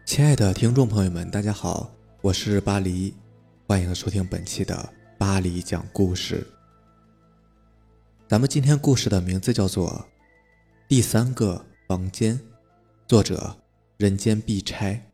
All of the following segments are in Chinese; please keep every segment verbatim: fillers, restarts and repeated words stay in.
亲爱的听众朋友们，大家好，我是巴黎，欢迎收听本期的巴黎讲故事。咱们今天故事的名字叫做《第三个房间》，作者人间必拆。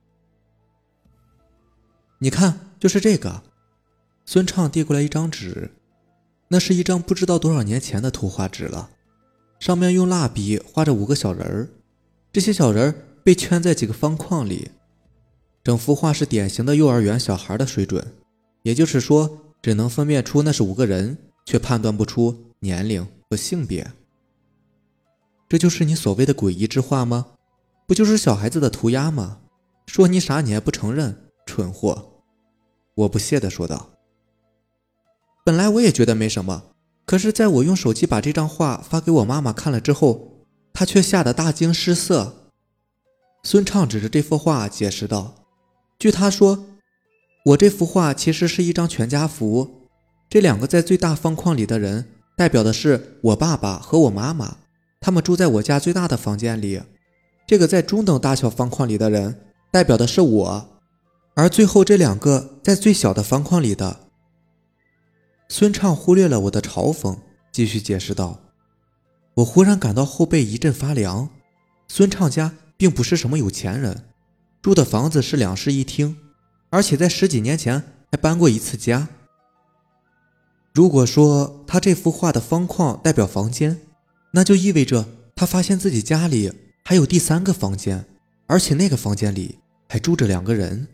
你看，就是这个。孙畅递过来一张纸，那是一张不知道多少年前的图画纸了，上面用蜡笔画着五个小人儿，这些小人儿被圈在几个方框里。整幅画是典型的幼儿园小孩的水准，也就是说只能分辨出那是五个人，却判断不出年龄和性别。这就是你所谓的诡异之画吗？不就是小孩子的涂鸦吗？说你傻你还不承认，蠢货。我不屑地说道。本来我也觉得没什么，可是在我用手机把这张画发给我妈妈看了之后，她却吓得大惊失色。孙畅指着这幅画解释道，据他说，我这幅画其实是一张全家福，这两个在最大方框里的人代表的是我爸爸和我妈妈，他们住在我家最大的房间里。这个在中等大小方框里的人代表的是我，而最后这两个在最小的方框里的。孙畅忽略了我的嘲讽，继续解释道。我忽然感到后背一阵发凉。孙畅家并不是什么有钱人，住的房子是两室一厅，而且在十几年前还搬过一次家。如果说他这幅画的方框代表房间，那就意味着他发现自己家里还有第三个房间，而且那个房间里还住着两个人。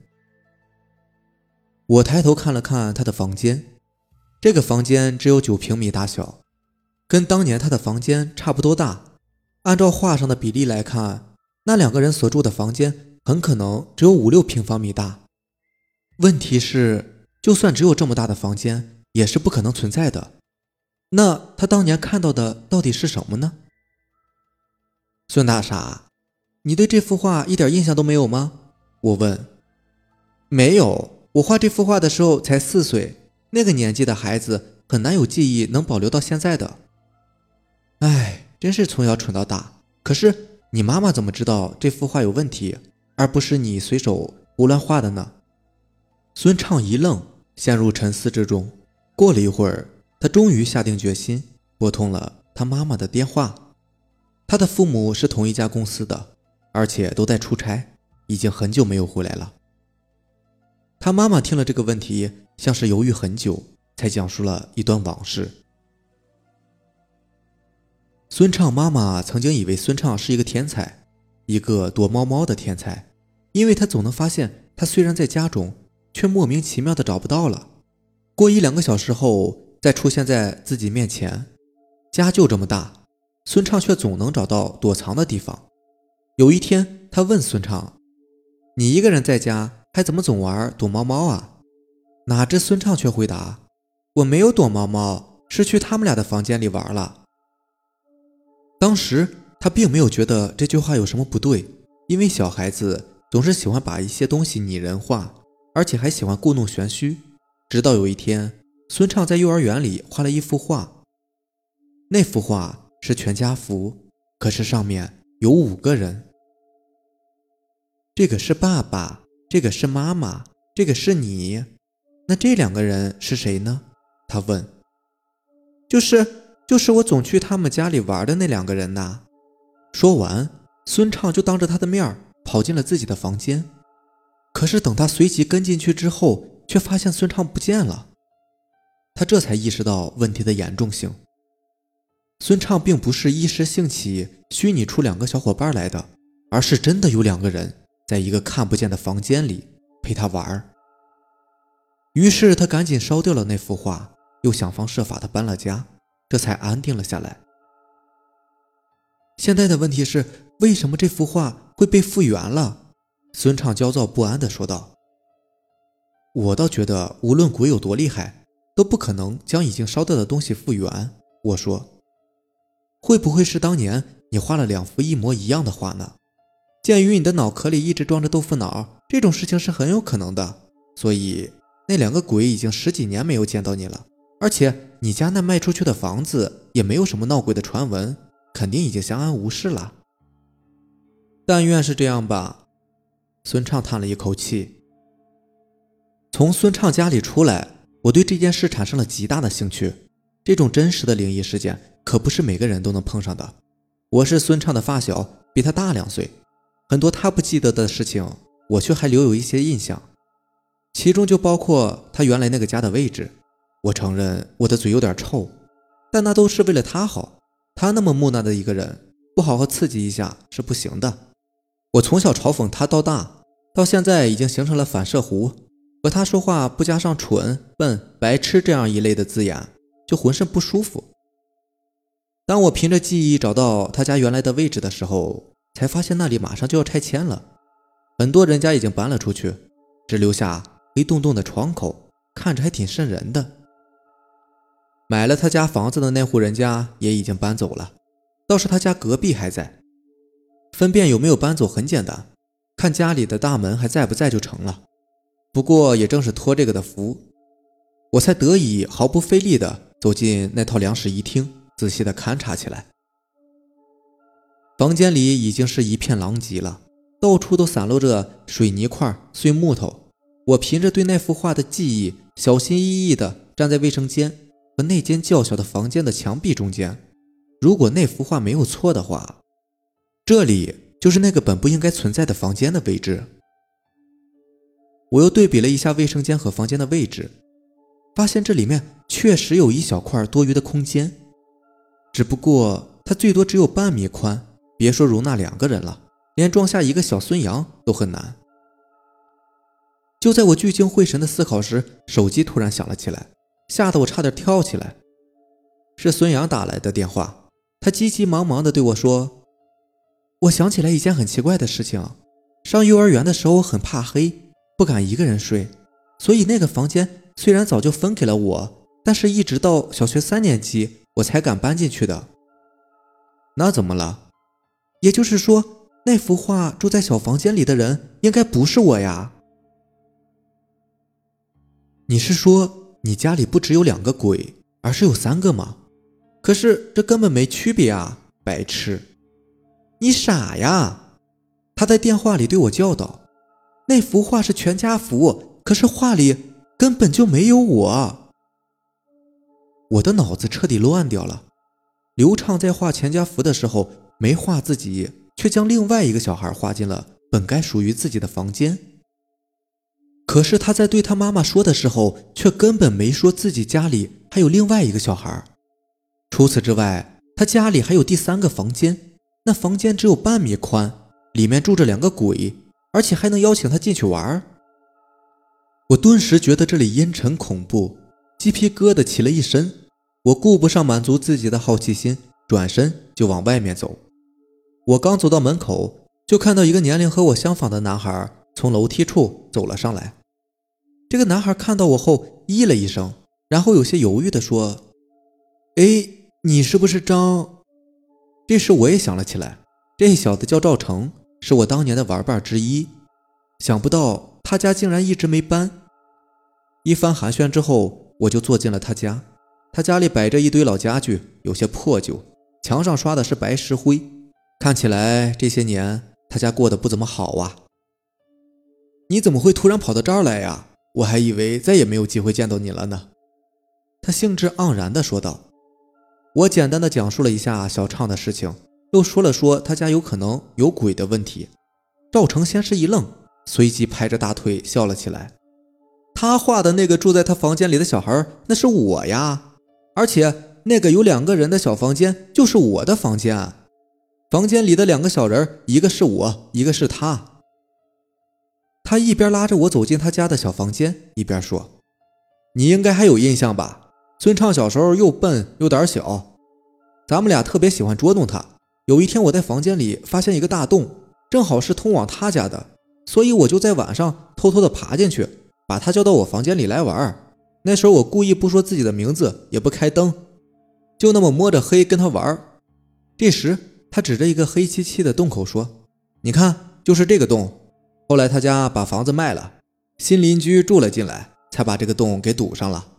我抬头看了看他的房间，这个房间只有九平米大小，跟当年他的房间差不多大。按照画上的比例来看，那两个人所住的房间很可能只有五六平方米大。问题是，就算只有这么大的房间，也是不可能存在的。那他当年看到的到底是什么呢？孙大傻，你对这幅画一点印象都没有吗？我问。没有，我画这幅画的时候才四岁，那个年纪的孩子很难有记忆能保留到现在的。唉，真是从小蠢到大。可是你妈妈怎么知道这幅画有问题，而不是你随手胡乱画的呢？孙畅一愣，陷入沉思之中。过了一会儿，他终于下定决心，拨通了他妈妈的电话。他的父母是同一家公司的，而且都在出差，已经很久没有回来了。他妈妈听了这个问题，像是犹豫很久，才讲述了一段往事。孙畅妈妈曾经以为孙畅是一个天才，一个躲猫猫的天才，因为他总能发现他虽然在家中，却莫名其妙的找不到了。过一两个小时后，再出现在自己面前。家就这么大，孙畅却总能找到躲藏的地方。有一天，他问孙畅，你一个人在家还怎么总玩躲猫猫啊？哪知孙畅却回答，我没有躲猫猫，是去他们俩的房间里玩了。当时他并没有觉得这句话有什么不对，因为小孩子总是喜欢把一些东西拟人化，而且还喜欢故弄玄虚。直到有一天，孙畅在幼儿园里画了一幅画，那幅画是全家福，可是上面有五个人。这个是爸爸，这个是妈妈，这个是你，那这两个人是谁呢？他问。就是就是我总去他们家里玩的那两个人呐。说完，孙畅就当着他的面跑进了自己的房间。可是等他随即跟进去之后，却发现孙畅不见了。他这才意识到问题的严重性。孙畅并不是一时兴起虚拟出两个小伙伴来的，而是真的有两个人在一个看不见的房间里陪他玩。于是他赶紧烧掉了那幅画，又想方设法地搬了家，这才安定了下来。现在的问题是，为什么这幅画会被复原了？孙畅焦躁不安地说道。我倒觉得无论鬼有多厉害，都不可能将已经烧掉的东西复原。我说，会不会是当年你画了两幅一模一样的画呢？鉴于你的脑壳里一直装着豆腐脑，这种事情是很有可能的。所以那两个鬼已经十几年没有见到你了，而且你家那卖出去的房子也没有什么闹鬼的传闻，肯定已经相安无事了。但愿是这样吧。 孙畅叹了一口气。从孙畅家里出来，我对这件事产生了极大的兴趣。这种真实的灵异事件可不是每个人都能碰上的。我是孙畅的发小，比他大两岁，很多他不记得的事情，我却还留有一些印象，其中就包括他原来那个家的位置。我承认我的嘴有点臭，但那都是为了他好。他那么木讷的一个人，不好好刺激一下是不行的。我从小嘲讽他到大，到现在已经形成了反射弧，和他说话不加上蠢、笨、白痴这样一类的字眼，就浑身不舒服。当我凭着记忆找到他家原来的位置的时候，才发现那里马上就要拆迁了，很多人家已经搬了出去，只留下黑洞洞的窗口，看着还挺瘆人的。买了他家房子的那户人家也已经搬走了，倒是他家隔壁还在。分辨有没有搬走很简单，看家里的大门还在不在就成了。不过也正是托这个的福，我才得以毫不费力地走进那套两室一厅，仔细地勘察起来。房间里已经是一片狼藉了，到处都散落着水泥块、碎木头。我凭着对那幅画的记忆，小心翼翼地站在卫生间和那间较小的房间的墙壁中间。如果那幅画没有错的话，这里就是那个本不应该存在的房间的位置。我又对比了一下卫生间和房间的位置，发现这里面确实有一小块多余的空间，只不过它最多只有半米宽，别说容纳两个人了，连装下一个小孙杨都很难。就在我聚精会神的思考时，手机突然响了起来，吓得我差点跳起来。是孙杨打来的电话，他急急忙忙地对我说：我想起来一件很奇怪的事情，上幼儿园的时候我很怕黑，不敢一个人睡，所以那个房间虽然早就分给了我，但是一直到小学三年级我才敢搬进去的。那怎么了？也就是说，那幅画住在小房间里的人应该不是我呀。你是说你家里不只有两个鬼，而是有三个吗？可是这根本没区别啊，白痴！你傻呀！他在电话里对我教导，那幅画是全家福，可是画里根本就没有我。我的脑子彻底乱掉了。刘畅在画全家福的时候没画自己，却将另外一个小孩画进了本该属于自己的房间。可是他在对他妈妈说的时候，却根本没说自己家里还有另外一个小孩。除此之外，他家里还有第三个房间，那房间只有半米宽，里面住着两个鬼，而且还能邀请他进去玩。我顿时觉得这里阴沉恐怖，鸡皮疙瘩起了一身。我顾不上满足自己的好奇心，转身就往外面走。我刚走到门口，就看到一个年龄和我相仿的男孩从楼梯处走了上来。这个男孩看到我后咦了一声，然后有些犹豫地说：诶，你是不是张……这时我也想了起来，这小子叫赵成，是我当年的玩伴之一，想不到他家竟然一直没搬。一番寒暄之后，我就坐进了他家。他家里摆着一堆老家具，有些破旧，墙上刷的是白石灰，看起来这些年他家过得不怎么好啊。你怎么会突然跑到这儿来呀？我还以为再也没有机会见到你了呢。他兴致盎然地说道。我简单的讲述了一下小畅的事情，又说了说他家有可能有鬼的问题。赵成先是一愣，随即拍着大腿笑了起来。他画的那个住在他房间里的小孩，那是我呀，而且那个有两个人的小房间就是我的房间。房间里的两个小人，一个是我，一个是他。他一边拉着我走进他家的小房间，一边说：你应该还有印象吧，孙畅小时候又笨又胆小，咱们俩特别喜欢捉弄他。有一天我在房间里发现一个大洞，正好是通往他家的，所以我就在晚上偷偷的爬进去，把他叫到我房间里来玩。那时候我故意不说自己的名字，也不开灯，就那么摸着黑跟他玩。这时他指着一个黑漆漆的洞口说：你看，就是这个洞。后来他家把房子卖了，新邻居住了进来，才把这个洞给堵上了。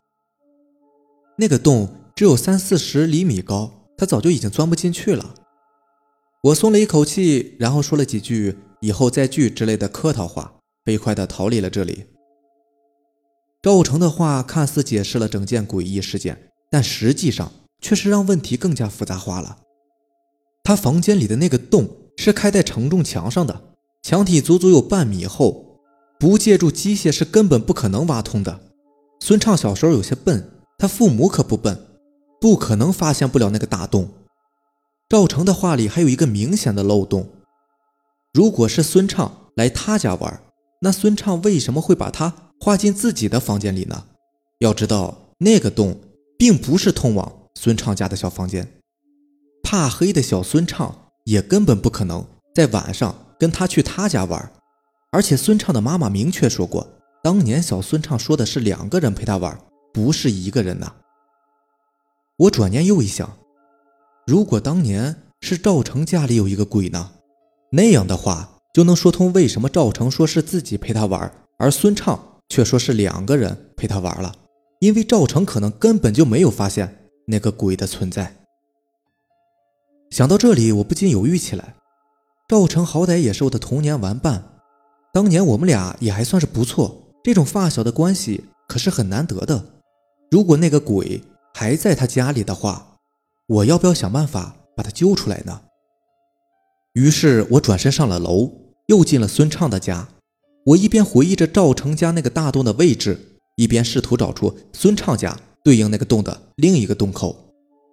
那个洞只有三四十厘米高，他早就已经钻不进去了。 我松了一口气，然后说了几句以后再聚之类的客套话，飞快地逃离了这里。赵成的话看似解释了整件诡异事件，但实际上却是让问题更加复杂化了。他房间里的那个洞是开在承重墙上的，墙体足足有半米厚，不借助机械是根本不可能挖通的。孙畅小时候有些笨，他父母可不笨，不可能发现不了那个大洞。赵成的话里还有一个明显的漏洞，如果是孙畅来他家玩，那孙畅为什么会把他划进自己的房间里呢？要知道那个洞并不是通往孙畅家的小房间，怕黑的小孙畅也根本不可能在晚上跟他去他家玩。而且孙畅的妈妈明确说过，当年小孙畅说的是两个人陪他玩，不是一个人呐。我转念又一想，如果当年是赵成家里有一个鬼呢，那样的话就能说通为什么赵成说是自己陪他玩，而孙畅却说是两个人陪他玩了。因为赵成可能根本就没有发现那个鬼的存在。想到这里，我不禁犹豫起来。赵成好歹也是我的童年玩伴，当年我们俩也还算是不错，这种发小的关系可是很难得的。如果那个鬼还在他家里的话，我要不要想办法把他揪出来呢？于是我转身上了楼，又进了孙畅的家。我一边回忆着赵成家那个大洞的位置，一边试图找出孙畅家对应那个洞的另一个洞口。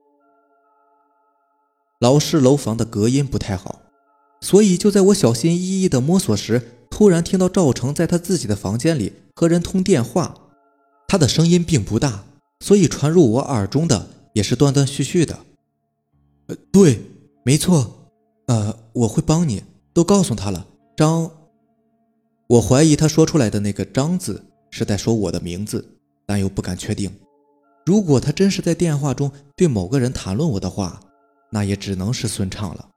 老式楼房的隔音不太好，所以就在我小心翼翼地摸索时，突然听到赵成在他自己的房间里和人通电话。他的声音并不大，所以传入我耳中的也是断断续续的。呃，对，没错，呃，我会帮你，都告诉他了。张，我怀疑他说出来的那个张字是在说我的名字，但又不敢确定。如果他真是在电话中对某个人谈论我的话，那也只能是孙畅了。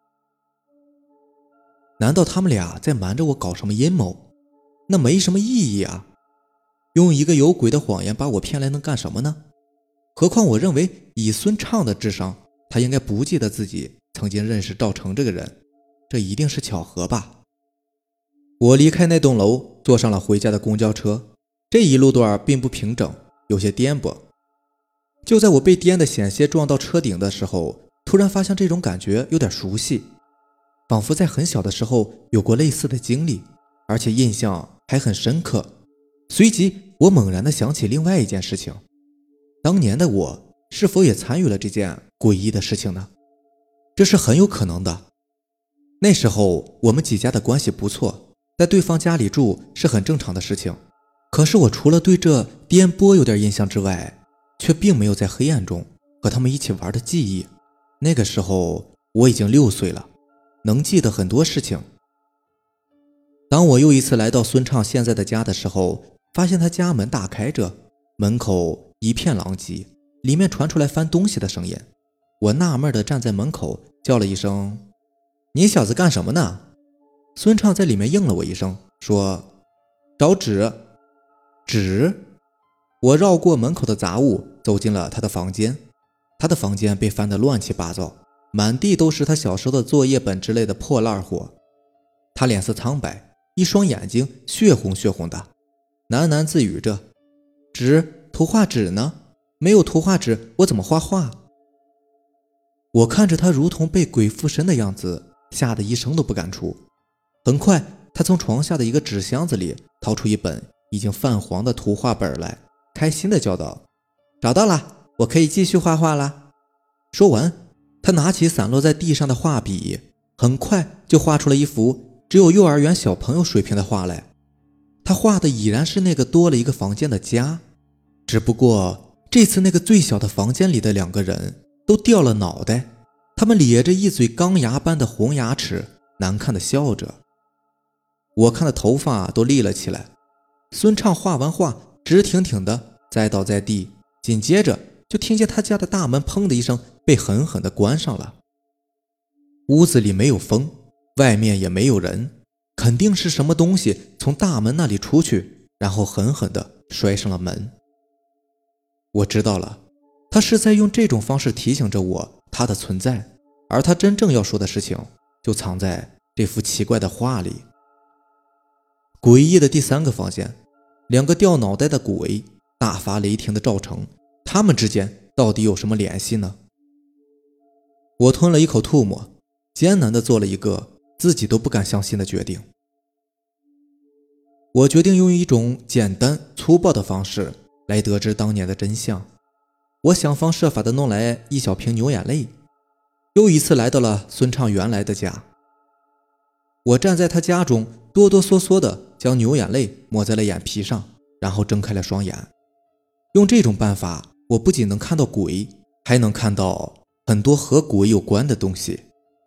难道他们俩在瞒着我搞什么阴谋？那没什么意义啊！用一个有鬼的谎言把我骗来能干什么呢？何况我认为以孙畅的智商，他应该不记得自己曾经认识赵成这个人，这一定是巧合吧。我离开那栋楼，坐上了回家的公交车。这一路段并不平整，有些颠簸。就在我被颠得险些撞到车顶的时候，突然发现这种感觉有点熟悉，仿佛在很小的时候有过类似的经历，而且印象还很深刻。随即我猛然地想起另外一件事情，当年的我是否也参与了这件诡异的事情呢？这是很有可能的。那时候我们几家的关系不错，在对方家里住是很正常的事情，可是我除了对这颠簸有点印象之外，却并没有在黑暗中和他们一起玩的记忆。那个时候我已经六岁了，能记得很多事情。当我又一次来到孙畅现在的家的时候，发现他家门大开着，门口一片狼藉，里面传出来翻东西的声音。我纳闷地站在门口，叫了一声：“你小子干什么呢？”孙畅在里面应了我一声，说：“找纸。”纸？我绕过门口的杂物，走进了他的房间。他的房间被翻得乱七八糟，满地都是他小时候的作业本之类的破烂货。他脸色苍白，一双眼睛血红血红的，喃喃自语着：“纸，图画纸呢？没有图画纸，我怎么画画？”我看着他如同被鬼附身的样子，吓得一声都不敢出。很快，他从床下的一个纸箱子里掏出一本已经泛黄的图画本来，开心地叫道：“找到了，我可以继续画画了。”说完，他拿起散落在地上的画笔，很快就画出了一幅只有幼儿园小朋友水平的画来。他画的已然是那个多了一个房间的家，只不过这次那个最小的房间里的两个人都掉了脑袋，他们咧着一嘴钢牙般的红牙齿，难看的笑着。我看的头发都立了起来。孙畅画完画，直挺挺的栽倒在地，紧接着就听见他家的大门砰的一声被狠狠地关上了。屋子里没有风，外面也没有人，肯定是什么东西从大门那里出去，然后狠狠地摔上了门。我知道了，他是在用这种方式提醒着我他的存在，而他真正要说的事情就藏在这幅奇怪的画里。诡异的第三个房间，两个掉脑袋的鬼大发雷霆的赵成，他们之间到底有什么联系呢？我吞了一口唾沫，艰难地做了一个自己都不敢相信的决定。我决定用一种简单粗暴的方式来得知当年的真相。我想方设法地弄来一小瓶牛眼泪，又一次来到了孙畅原来的家。我站在他家中，哆哆嗦嗦地将牛眼泪抹在了眼皮上，然后睁开了双眼。用这种办法，我不仅能看到鬼，还能看到很多和鬼有关的东西。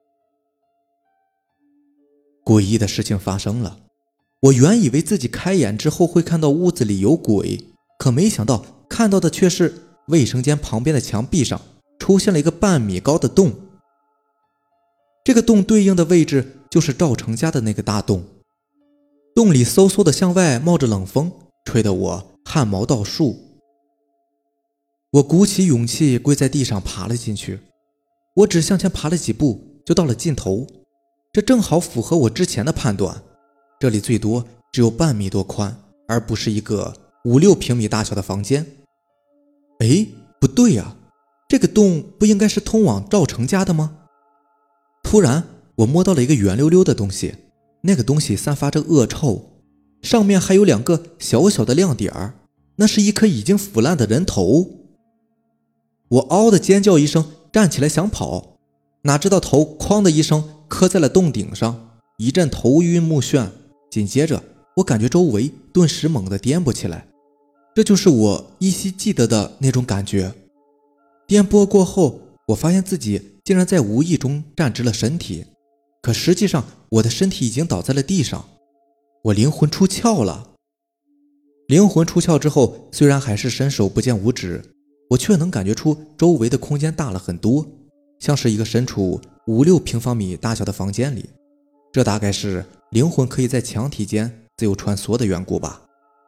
诡异的事情发生了，我原以为自己开眼之后会看到屋子里有鬼，可没想到看到的却是卫生间旁边的墙壁上出现了一个半米高的洞。这个洞对应的位置就是赵成家的那个大洞，洞里嗖嗖的向外冒着冷风，吹得我汗毛倒竖。我鼓起勇气跪在地上爬了进去，我只向前爬了几步就到了尽头，这正好符合我之前的判断，这里最多只有半米多宽，而不是一个五六平米大小的房间。诶，不对啊，这个洞不应该是通往赵成家的吗？突然我摸到了一个圆溜溜的东西，那个东西散发着恶臭，上面还有两个小小的亮点儿，那是一颗已经腐烂的人头。我嗷的尖叫一声，站起来想跑，哪知道头哐的一声磕在了洞顶上，一阵头晕目眩，紧接着我感觉周围顿时猛地颠簸起来，这就是我依稀记得的那种感觉。颠簸过后，我发现自己竟然在无意中站直了身体，可实际上我的身体已经倒在了地上，我灵魂出窍了。灵魂出窍之后，虽然还是伸手不见五指，我却能感觉出周围的空间大了很多，像是一个身处五六平方米大小的房间里，这大概是灵魂可以在墙体间自由穿梭的缘故吧。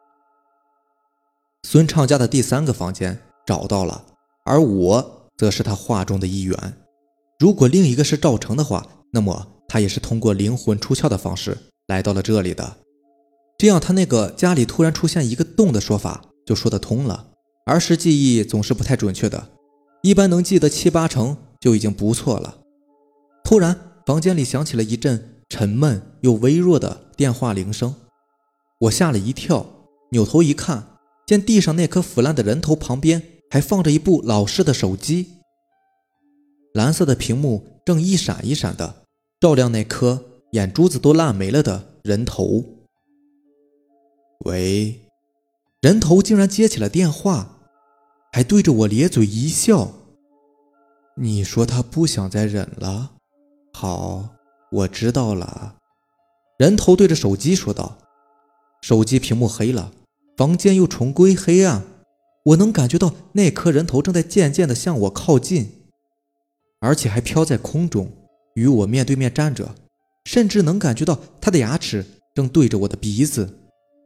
孙畅家的第三个房间找到了，而我则是他画中的一员。如果另一个是赵成的话，那么他也是通过灵魂出窍的方式来到了这里的，这样他那个家里突然出现一个洞的说法就说得通了。儿时记忆总是不太准确的，一般能记得七八成就已经不错了。突然房间里响起了一阵沉闷又微弱的电话铃声，我吓了一跳，扭头一看，见地上那颗腐烂的人头旁边还放着一部老式的手机，蓝色的屏幕正一闪一闪的照亮那颗眼珠子都烂没了的人头。喂，人头竟然接起了电话，还对着我咧嘴一笑。你说他不想再忍了？好，我知道了。人头对着手机说道。手机屏幕黑了，房间又重归黑暗，我能感觉到那颗人头正在渐渐地向我靠近，而且还飘在空中，与我面对面站着，甚至能感觉到他的牙齿正对着我的鼻子。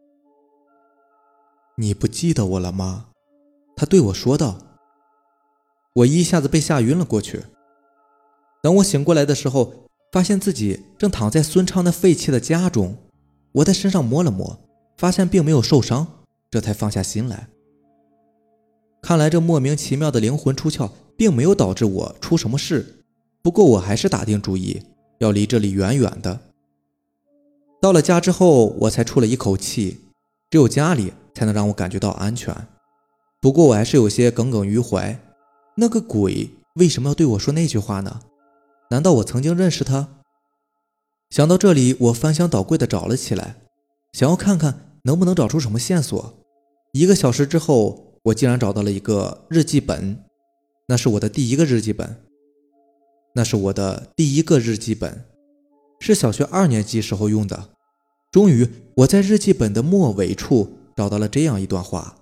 你不记得我了吗？他对我说道。我一下子被吓晕了过去。等我醒过来的时候，发现自己正躺在孙畅那废弃的家中。我在身上摸了摸，发现并没有受伤，这才放下心来。看来这莫名其妙的灵魂出窍并没有导致我出什么事，不过我还是打定主意要离这里远远的。到了家之后，我才出了一口气，只有家里才能让我感觉到安全。不过我还是有些耿耿于怀，那个鬼为什么要对我说那句话呢？难道我曾经认识他？想到这里，我翻箱倒柜地找了起来，想要看看能不能找出什么线索。一个小时之后，我竟然找到了一个日记本，那是我的第一个日记本。那是我的第一个日记本，是小学二年级时候用的。终于，我在日记本的末尾处找到了这样一段话。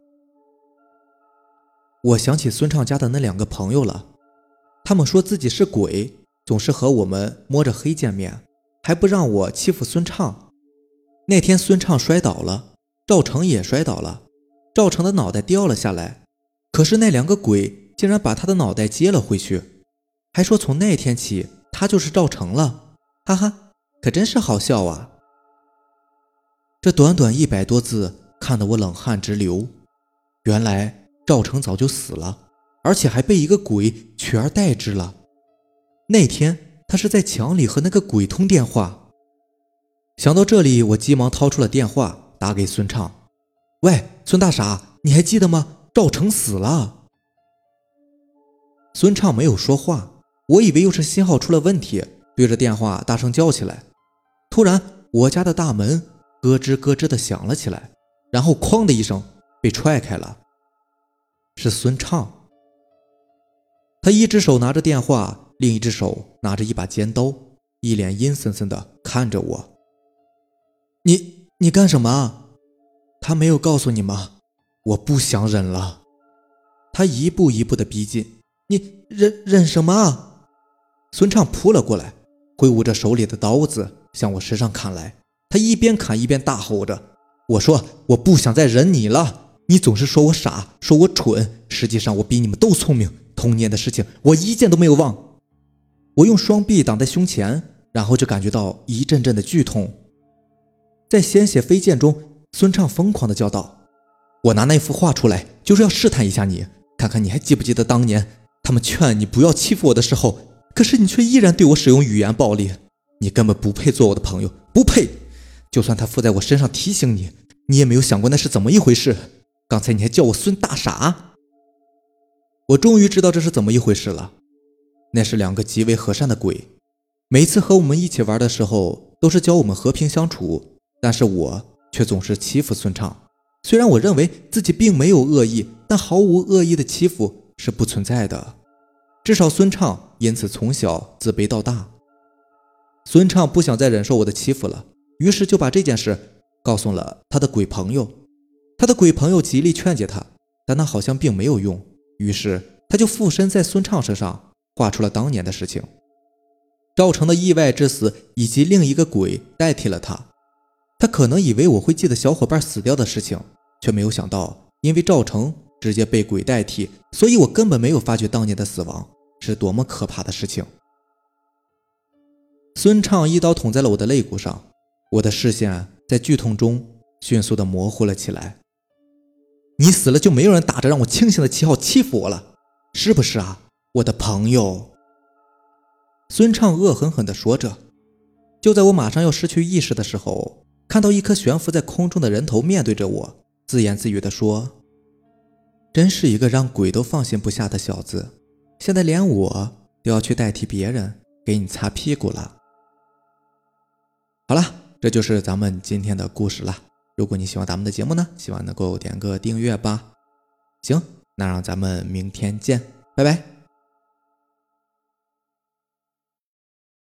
我想起孙畅家的那两个朋友了，他们说自己是鬼，总是和我们摸着黑见面，还不让我欺负孙畅。那天孙畅摔倒了，赵成也摔倒了，赵成的脑袋掉了下来，可是那两个鬼竟然把他的脑袋接了回去，还说从那天起他就是赵成了， 哈哈，可真是好笑啊。这短短一百多字看得我冷汗直流。原来赵成早就死了，而且还被一个鬼取而代之了。那天他是在墙里和那个鬼通电话。想到这里，我急忙掏出了电话打给孙畅。喂，孙大傻，你还记得吗？赵成死了。孙畅没有说话，我以为又是信号出了问题，对着电话大声叫起来。突然我家的大门咯吱咯吱地响了起来，然后哐的一声被踹开了。是孙畅。他一只手拿着电话，另一只手拿着一把尖刀，一脸阴森森地看着我。你你干什么？他没有告诉你吗？我不想忍了。他一步一步地逼近。你忍忍什么？孙畅扑了过来，挥舞着手里的刀子向我身上砍来。他一边砍一边大吼着。我说我不想再忍你了，你总是说我傻，说我蠢，实际上我比你们都聪明，童年的事情我一件都没有忘。我用双臂挡在胸前，然后就感觉到一阵阵的剧痛。在鲜血飞溅中，孙畅疯狂地叫道：我拿那幅画出来就是要试探一下你，看看你还记不记得当年他们劝你不要欺负我的时候，可是你却依然对我使用语言暴力。你根本不配做我的朋友，不配。就算他附在我身上提醒你，你也没有想过那是怎么一回事。刚才你还叫我孙大傻。我终于知道这是怎么一回事了。那是两个极为和善的鬼，每次和我们一起玩的时候都是教我们和平相处，但是我却总是欺负孙畅。虽然我认为自己并没有恶意，但毫无恶意的欺负是不存在的。至少孙畅因此从小自卑到大。孙畅不想再忍受我的欺负了，于是就把这件事告诉了他的鬼朋友。他的鬼朋友极力劝解他，但那好像并没有用，于是他就附身在孙畅身上，画出了当年的事情。赵成的意外之死以及另一个鬼代替了他。他可能以为我会记得小伙伴死掉的事情，却没有想到因为赵成直接被鬼代替，所以我根本没有发觉当年的死亡是多么可怕的事情。孙畅一刀捅在了我的肋骨上，我的视线在剧痛中迅速地模糊了起来。你死了就没有人打着让我清醒的旗号欺负我了，是不是啊，我的朋友？孙畅恶狠狠地说着。就在我马上要失去意识的时候，看到一颗悬浮在空中的人头面对着我，自言自语地说：真是一个让鬼都放心不下的小子，现在连我都要去代替别人给你擦屁股了。好了，这就是咱们今天的故事了。如果你喜欢咱们的节目呢，希望能够点个订阅吧。行，那让咱们明天见，拜拜。